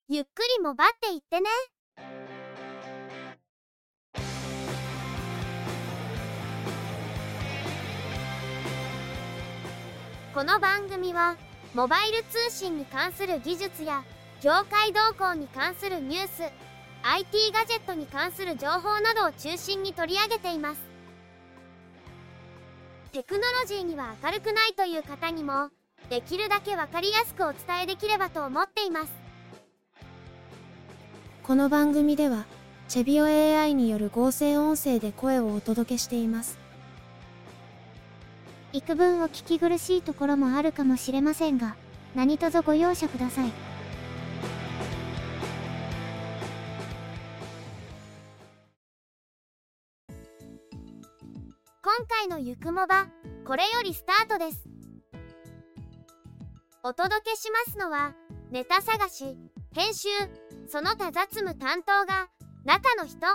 ゆっくりもばっていってね。この番組はモバイル通信に関する技術や業界動向に関するニュース、IT ガジェットに関する情報などを中心に取り上げています。テクノロジーには明るくないという方にもできるだけわかりやすくお伝えできればと思っています。 この番組ではチェビオ AI による合成音声で声をお届けしています。 幾分お聞き苦しいところもあるかもしれませんが、何卒ご容赦ください。今回のゆくもば、これよりスタートです。お届けしますのは、ネタ探し、編集、その他雑務担当が中の人。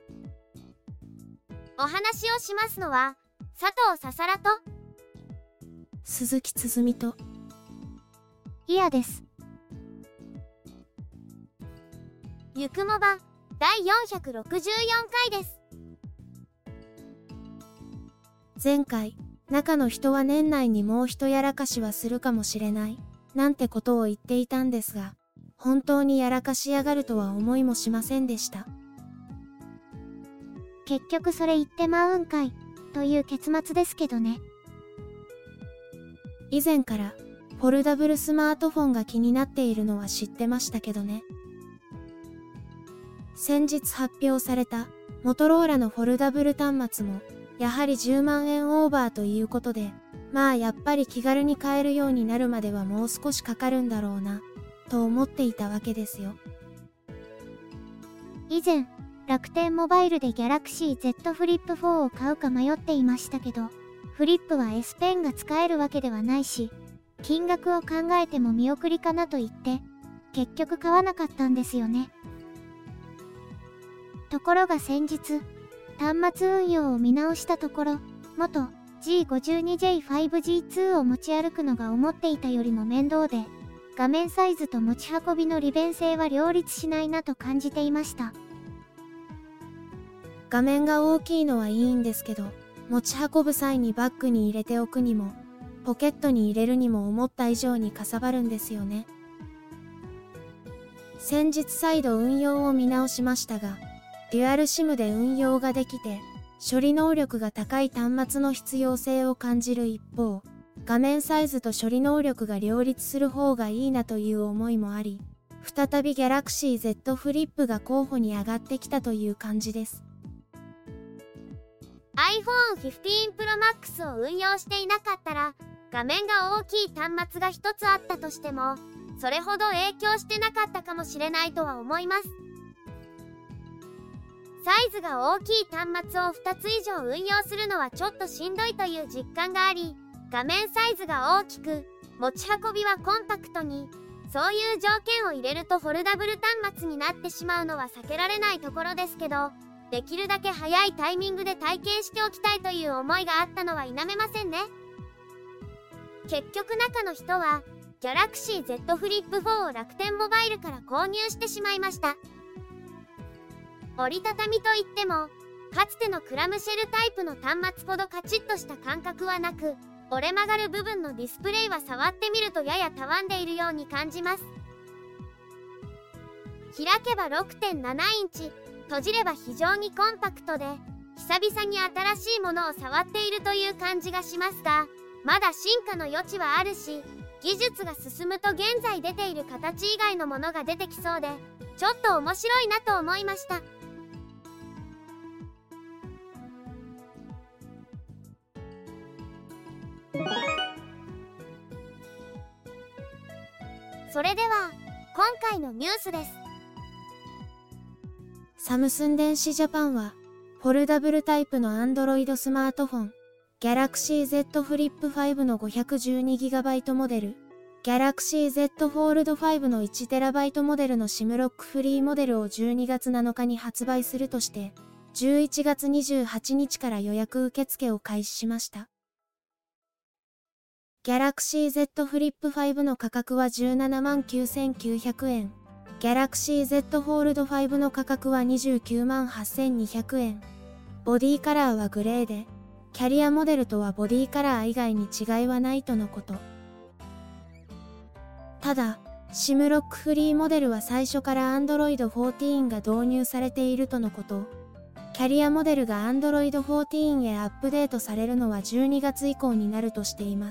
お話をしますのは、佐藤ささらと鈴木つづみといやです。ゆくもば第464回です。 前回、中の人は年内にもう一やらかしはするかもしれないなんてことを言っていたんですが、本当にやらかしやがるとは思いもしませんでした。 結局それ言ってまうんかいという結末ですけどね。 以前からフォルダブルスマートフォンが気になっているのは知ってましたけどね。先日発表されたモトローラのフォルダブル端末もやはり10万円オーバーということで、まあやっぱり気軽に買えるようになるまではもう少しかかるんだろうなと思っていたわけですよ。 以前楽天モバイルで Galaxy Z Flip 4を買うか迷っていましたけど、フリップは S ペンが使えるわけではないし、金額を考えても見送りかなと言って結局買わなかったんですよね。ところが先日端末運用を見直したところ、元 G52J5G2 を持ち歩くのが思っていたよりも面倒で、画面サイズと持ち運びの利便性は両立しないなと感じていました。 画面が大きいのはいいんですけど、持ち運ぶ際にバッグに入れておくにもポケットに入れるにも思った以上にかさばるんですよね。先日再度運用を見直しましたが、デュアル SIM で運用ができて処理能力が高い端末の必要性を感じる一方、画面サイズと処理能力が両立する方がいいなという思いもあり、再び Galaxy Z Flip が候補に上がってきたという感じです。 iPhone 15 Pro Max を運用していなかったら、画面が大きい端末が一つあったとしても、それほど影響してなかったかもしれないとは思います。サイズが大きい端末を2つ以上運用するのはちょっとしんどいという実感があり、画面サイズが大きく、持ち運びはコンパクトに、そういう条件を入れるとフォルダブル端末になってしまうのは避けられないところですけど、できるだけ早いタイミングで体験しておきたいという思いがあったのは否めませんね。結局中の人は Galaxy Z Flip 4を楽天モバイルから購入してしまいました。折りたたみといってもかつてのクラムシェルタイプの端末ほどカチッとした感覚はなく、折れ曲がる部分のディスプレイは触ってみるとややたわんでいるように感じます。開けば 6.7 インチ、閉じれば非常にコンパクトで、久々に新しいものを触っているという感じがしますが、まだ進化の余地はあるし、技術が進むと現在出ている形以外のものが出てきそうで、ちょっと面白いなと思いました。それでは今回のニュースです。 サムスン電子ジャパンはフォルダブルタイプの Android スマートフォン Galaxy Z Flip 5の 512GB モデル、Galaxy Z Fold 5の 1TB モデルの SIM ロックフリーモデルを12月7日に発売するとして、11月28日から予約受付を開始しました。Galaxy Z Flip 5の価格は17万9900円。 Galaxy Z Fold 5の価格は29万8200円。ボディカラーはグレーで、キャリアモデルとはボディカラー以外に違いはないとのこと。ただ、SIM ロックフリーモデルは最初から Android 14が導入されているとのこと。キャリアモデルが Android 14へアップデートされるのは12月以降になるとしています。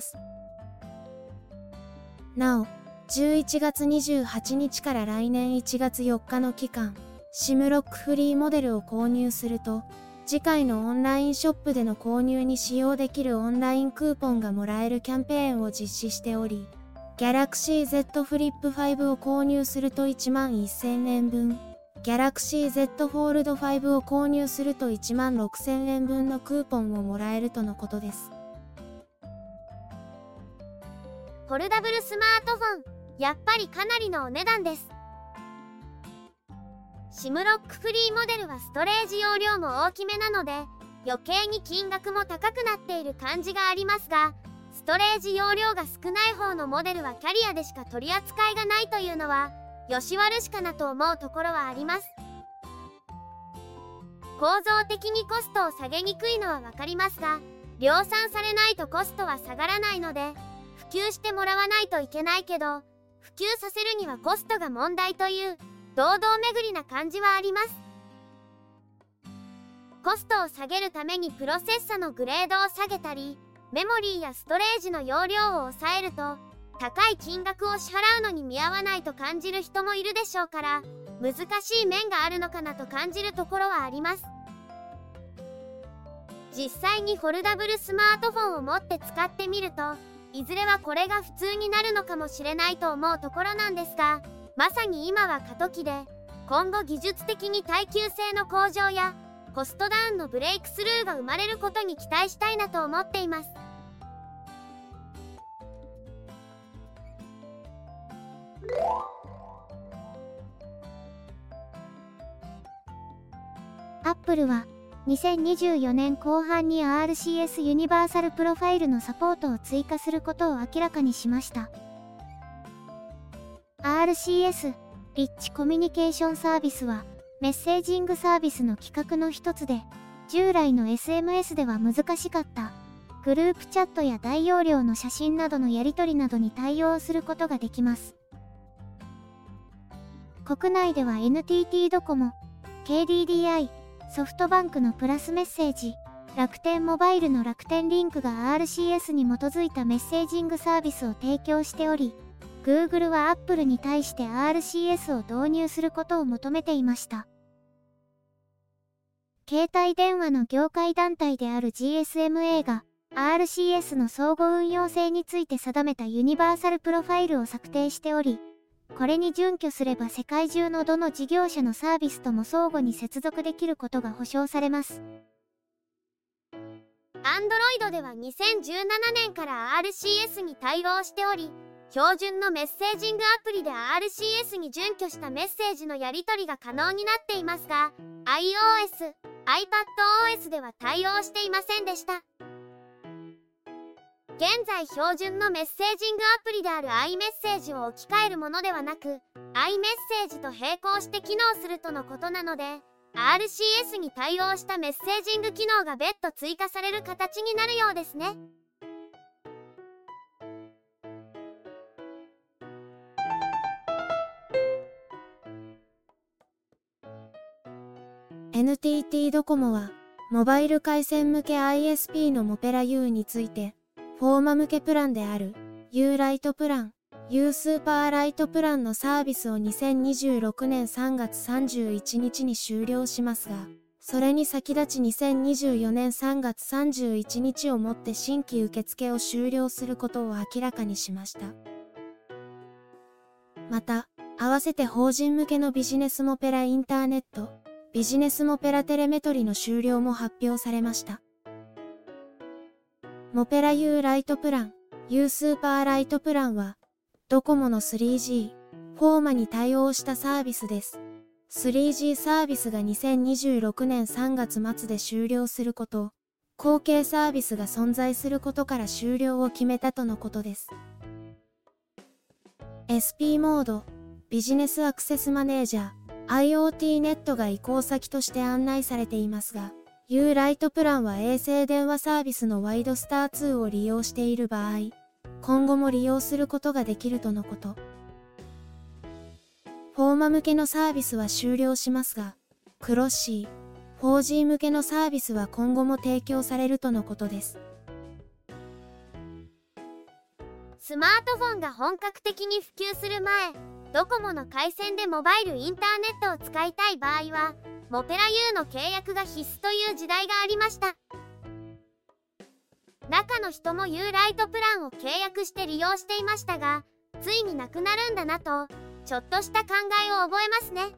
なお、11月28日から来年1月4日の期間、SIM ロックフリーモデルを購入すると、次回のオンラインショップでの購入に使用できるオンラインクーポンがもらえるキャンペーンを実施しており、Galaxy Z Flip 5を購入すると1万1000円分、Galaxy Z Fold 5を購入すると1万6000円分のクーポンをもらえるとのことです。 ポルダブルスマートフォン、やっぱりかなりのお値段です。SIM ロックフリーモデルはストレージ容量も大きめなので、余計に金額も高くなっている感じがありますが、ストレージ容量が少ない方のモデルはキャリアでしか取り扱いがないというのは、よし悪しかなと思うところはあります。構造的にコストを下げにくいのはわかりますが、量産されないとコストは下がらないので、普及してもらわないといけないけど、普及させるにはコストが問題という堂々巡りな感じはあります。コストを下げるためにプロセッサのグレードを下げたり、メモリーやストレージの容量を抑えると、高い金額を支払うのに見合わないと感じる人もいるでしょうから、難しい面があるのかなと感じるところはあります。実際にフォルダブルスマートフォンを持って使ってみると、いずれはこれが普通になるのかもしれないと思うところなんですが、まさに今は過渡期で、今後技術的に耐久性の向上やコストダウンのブレイクスルーが生まれることに期待したいなと思っています。 アップルは2024年後半に RCS ユニバーサルプロファイルのサポートを追加することを明らかにしました。RCS リッチコミュニケーションサービスはメッセージングサービスの規格の一つで、従来の SMS では難しかったグループチャットや大容量の写真などのやり取りなどに対応することができます。国内では NTT ドコモ、KDDI、ソフトバンクのプラスメッセージ、楽天モバイルの楽天リンクが RCS に基づいたメッセージングサービスを提供しており、Google は Apple に対して RCS を導入することを求めていました。携帯電話の業界団体である GSMA が RCS の相互運用性について定めたユニバーサルプロファイルを策定しており、これに準拠すれば世界中のどの事業者のサービスとも相互に接続できることが保証されます。 Android では2017年から RCS に対応しており、標準のメッセージングアプリで RCS に準拠したメッセージのやり取りが可能になっていますが、iOS、iPadOS では対応していませんでした。現在標準のメッセージングアプリである iMessage を置き換えるものではなく、iMessage と並行して機能するとのことなので、RCS に対応したメッセージング機能が別途追加される形になるようですね。 NTT ドコモは、モバイル回線向け ISP のモペラ U について、フォーマ向けプランである U ライトプラン、U スーパーライトプランのサービスを2026年3月31日に終了しますが、それに先立ち2024年3月31日をもって新規受付を終了することを明らかにしました。また、合わせて法人向けのビジネスモペラインターネット、ビジネスモペラテレメトリの終了も発表されました。モペラ U ライトプラン、U スーパーライトプランは、ドコモの 3G、フォーマに対応したサービスです。3G サービスが2026年3月末で終了すること、後継サービスが存在することから終了を決めたとのことです。SP モード、 ビジネスアクセスマネージャー、IoT ネットが移行先として案内されていますが、U ライトプランは衛星電話サービスのワイドスター2を利用している場合、今後も利用することができるとのこと。フォーマ向けのサービスは終了しますが、クロッシー、4G 向けのサービスは今後も提供されるとのことです。 スマートフォンが本格的に普及する前、ドコモの回線でモバイルインターネットを使いたい場合は、モペラ U の契約が必須という時代がありました。中の人も U ライトプランを契約して利用していましたが、ついになくなるんだなと、ちょっとした考えを覚えますね。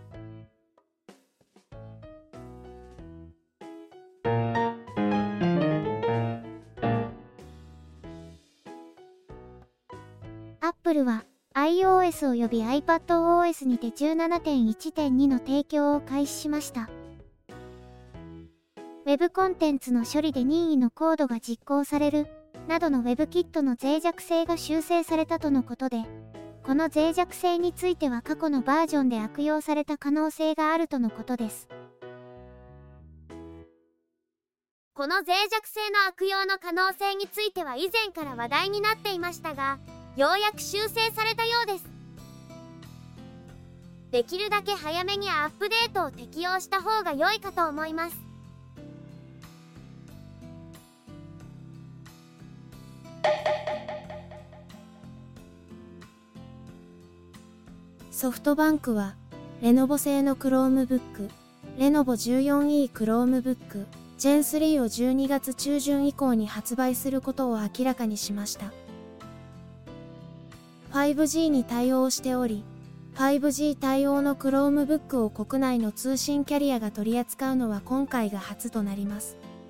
Apple は iOS および iPadOS にて 17.1.2 の提供を開始しました。Web コンテンツの処理で任意のコードが実行されるなどの WebKit の脆弱性が修正されたとのことで、この脆弱性については過去のバージョンで悪用された可能性があるとのことです。 この脆弱性の悪用の可能性については以前から話題になっていましたが、ようやく修正されたようです。できるだけ早めにアップデートを適用した方が良いかと思います。 ソフトバンクは、レノボ製の Chromebook、レノボ 14E Chromebook、Gen 3を12月中旬以降に発売することを明らかにしました。5G に対応しており、5G 対応の Chromebook を国内の通信キャリアが取り扱うのは今回が初となります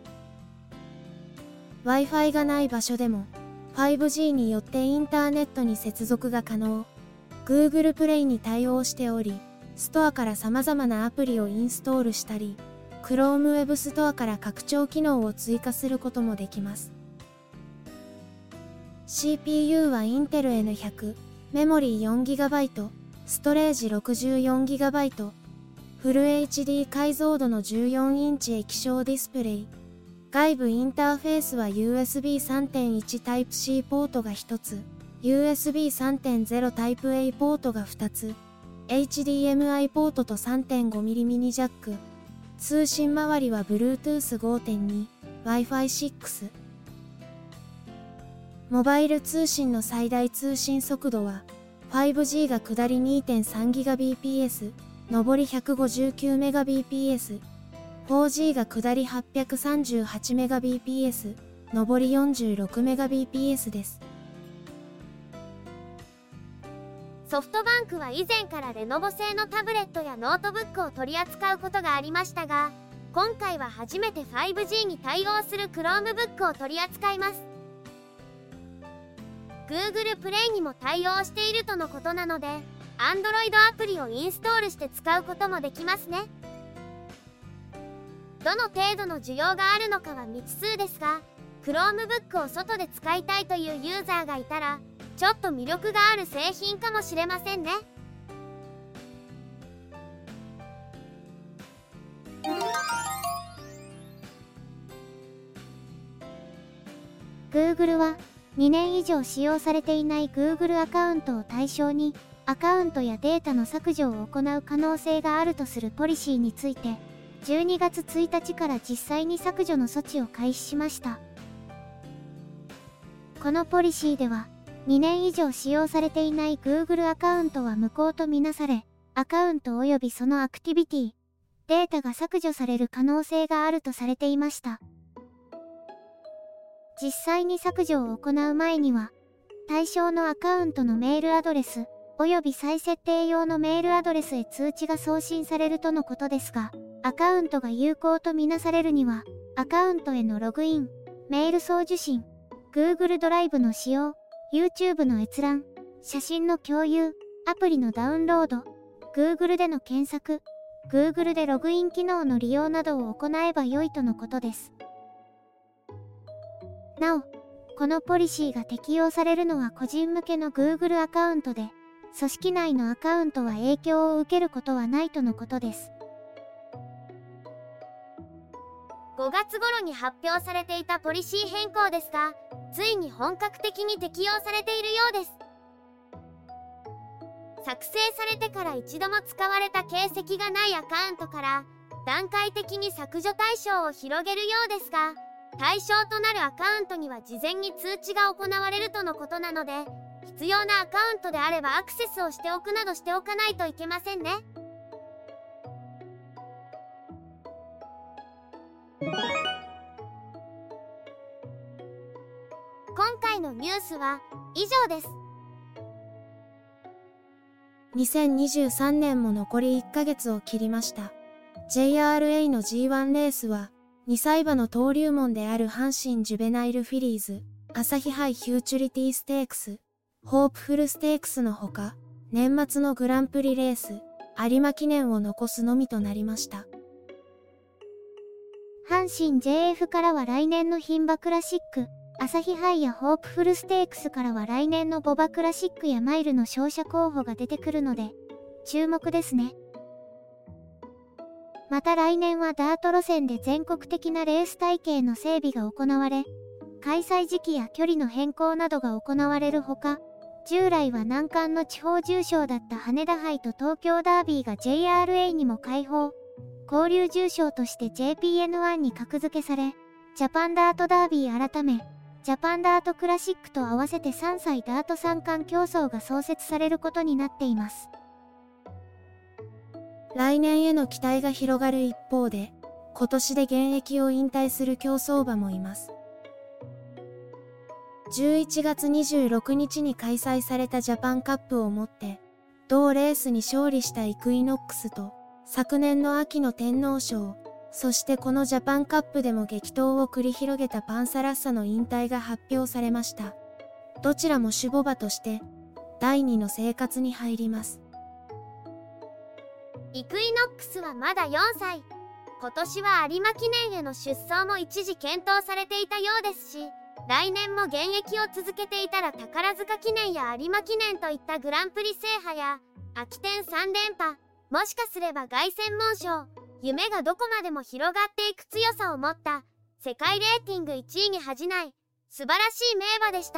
。Wi-Fi がない場所でも、5G によってインターネットに接続が可能。Google Play に対応しており、ストアから様々なアプリをインストールしたり、Chrome Web ストアから拡張機能を追加することもできます。CPU は Intel N100、メモリー 4GB、ストレージ 64GB、フル HD 解像度の14インチ液晶ディスプレイ。外部インターフェースは USB 3.1 Type-C ポートが1つ、USB 3.0 Type-A ポートが2つ、HDMI ポートと 3.5mm ミニジャック。通信周りは Bluetooth 5.2、Wi-Fi 6。モバイル通信の最大通信速度は、5G が下り 2.3Gbps、上り 159Mbps、4G が下り 838Mbps、上り 46Mbps です。 ソフトバンクは以前からレノボ製のタブレットやノートブックを取り扱うことがありましたが、今回は初めて 5G に対応する Chromebook を取り扱います。Google Play にも対応しているとのことなので、Android アプリをインストールして使うこともできますね。どの程度の需要があるのかは未知数ですが、Chromebook を外で使いたいというユーザーがいたら、ちょっと魅力がある製品かもしれませんね。 Google は2年以上使用されていない Google アカウントを対象にアカウントやデータの削除を行う可能性があるとするポリシーについて12月1日から実際に削除の措置を開始しました。このポリシーでは2年以上使用されていない Google アカウントは無効とみなされ、アカウント及びそのアクティビティ、データが削除される可能性があるとされていました。実際に削除を行う前には、対象のアカウントのメールアドレス、及び再設定用のメールアドレスへ通知が送信されるとのことですが、アカウントが有効とみなされるには、アカウントへのログイン、メール送受信、Google ドライブの使用、YouTube の閲覧、写真の共有、アプリのダウンロード、Google での検索、Google でログイン機能の利用などを行えば良いとのことです。なお、このポリシーが適用されるのは個人向けの Google アカウントで、 組織内のアカウントは影響を受けることはないとのことです。 5月頃に発表されていたポリシー変更ですが、ついに本格的に適用されているようです。作成されてから一度も使われた形跡がないアカウントから段階的に削除対象を広げるようですが、対象となるアカウントには事前に通知が行われるとのことなので、必要なアカウントであればアクセスをしておくなどしておかないといけませんね。今回のニュースは以上です。 2023年も残り1ヶ月を切りました。JRA の G1 レースは、2歳馬の登竜門である阪神ジュベナイルフィリーズ、朝日杯フューチュリティステークス、ホープフルステークスのほか、年末のグランプリレース、有馬記念を残すのみとなりました。 阪神 JF からは来年の牝馬クラシック、朝日杯やホープフルステークスからは来年のボバクラシックやマイルの勝者候補が出てくるので、注目ですね。また来年はダート路線で全国的なレース体系の整備が行われ、開催時期や距離の変更などが行われるほか、従来は難関の地方重賞だった羽田杯と東京ダービーが JRA にも開放、交流重賞として JPN1 に格付けされ、ジャパンダートダービー改め、ジャパンダートクラシックと合わせて3歳ダート三冠競争が創設されることになっています。 来年への期待が広がる一方で、今年で現役を引退する競走馬もいます。11月26日に開催されたジャパンカップをもって、同レースに勝利したイクイノックスと、昨年の秋の天皇賞、そしてこのジャパンカップでも激闘を繰り広げたパンサラッサの引退が発表されました。どちらも種牡馬として、第2の生活に入ります。 イクイノックスはまだ4歳。今年は有馬記念への出走も一時検討されていたようですし、来年も現役を続けていたら宝塚記念や有馬記念といったグランプリ制覇や秋天3連覇、もしかすれば凱旋門賞、夢がどこまでも広がっていく強さを持った世界レーティング1位に恥じない素晴らしい名馬でした。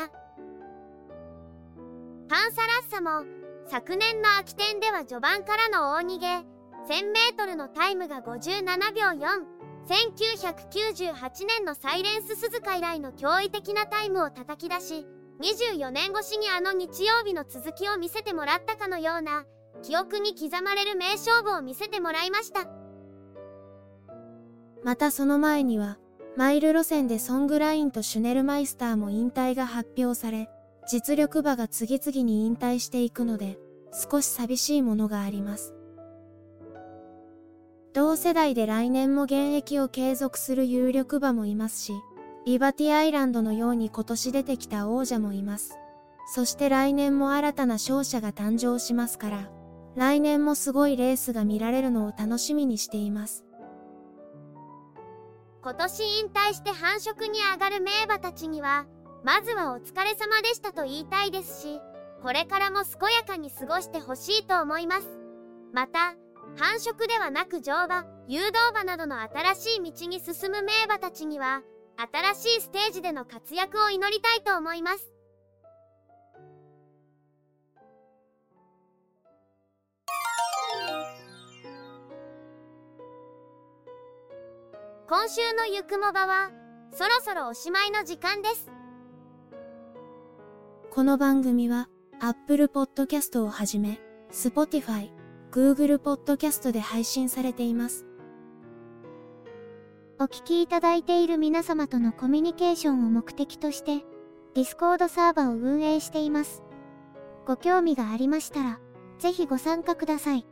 パンサラッサも昨年の秋天では序盤からの大逃げ、1000メートルのタイムが57秒4、1998年のサイレンス鈴鹿以来の驚異的なタイムを叩き出し、24年越しにあの日曜日の続きを見せてもらったかのような、記憶に刻まれる名勝負を見せてもらいました。 またその前には、マイル路線でソングラインとシュネルマイスターも引退が発表され、実力馬が次々に引退していくので、少し寂しいものがあります。同世代で来年も現役を継続する有力馬もいますし、リバティアイランドのように今年出てきた王者もいます。そして来年も新たな勝者が誕生しますから、来年もすごいレースが見られるのを楽しみにしています。 今年引退して繁殖に上がる名馬たちには、まずはお疲れ様でしたと言いたいですし、これからも健やかに過ごしてほしいと思います。また、繁殖ではなく乗馬、誘導馬などの新しい道に進む名馬たちには、新しいステージでの活躍を祈りたいと思います。今週のゆくもばは、そろそろおしまいの時間です。 この番組は、Apple Podcast をはじめ、Spotify、Google Podcast で配信されています。 お聞きいただいている皆様とのコミュニケーションを目的として、Discord サーバーを運営しています。ご興味がありましたら、ぜひご参加ください。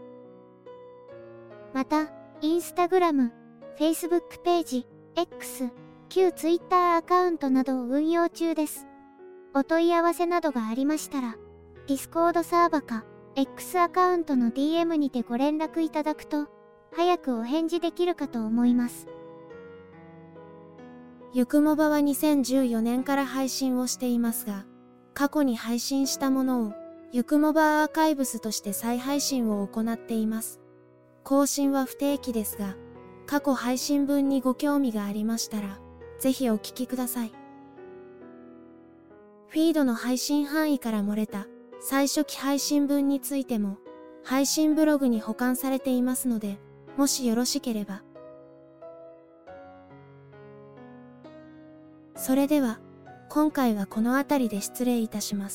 また、Instagram、Facebook ページ、X、旧 Twitter アカウントなどを運用中です。お問い合わせなどがありましたら、Discord サーバか、X アカウントの DM にてご連絡いただくと、早くお返事できるかと思います。 ゆくもばは2014年から配信をしていますが、過去に配信したものをゆくもばアーカイブスとして再配信を行っています。更新は不定期ですが、過去配信分にご興味がありましたら、ぜひお聞きください。フィードの配信範囲から漏れた最初期配信分についても、配信ブログに保管されていますので、もしよろしければ。それでは、今回はこの辺りで失礼いたします。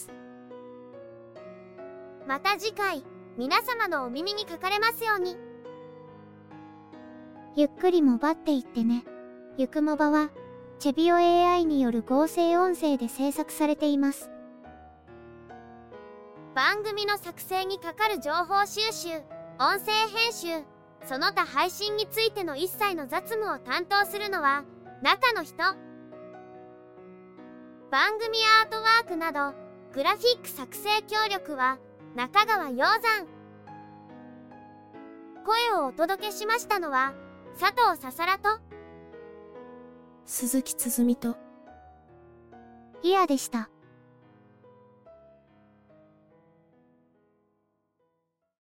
また次回、皆様のお耳にかかれますように。 ゆっくりもばっていってね。ゆくもばは、チェビオ AI による合成音声で制作されています。 番組の作成にかかる情報収集、音声編集、その他配信についての一切の雑務を担当するのは、中の人。番組アートワークなど、グラフィック作成協力は、中川鷹山。声をお届けしましたのは、佐藤ささらと、 鈴木つづみと、 イヤでした。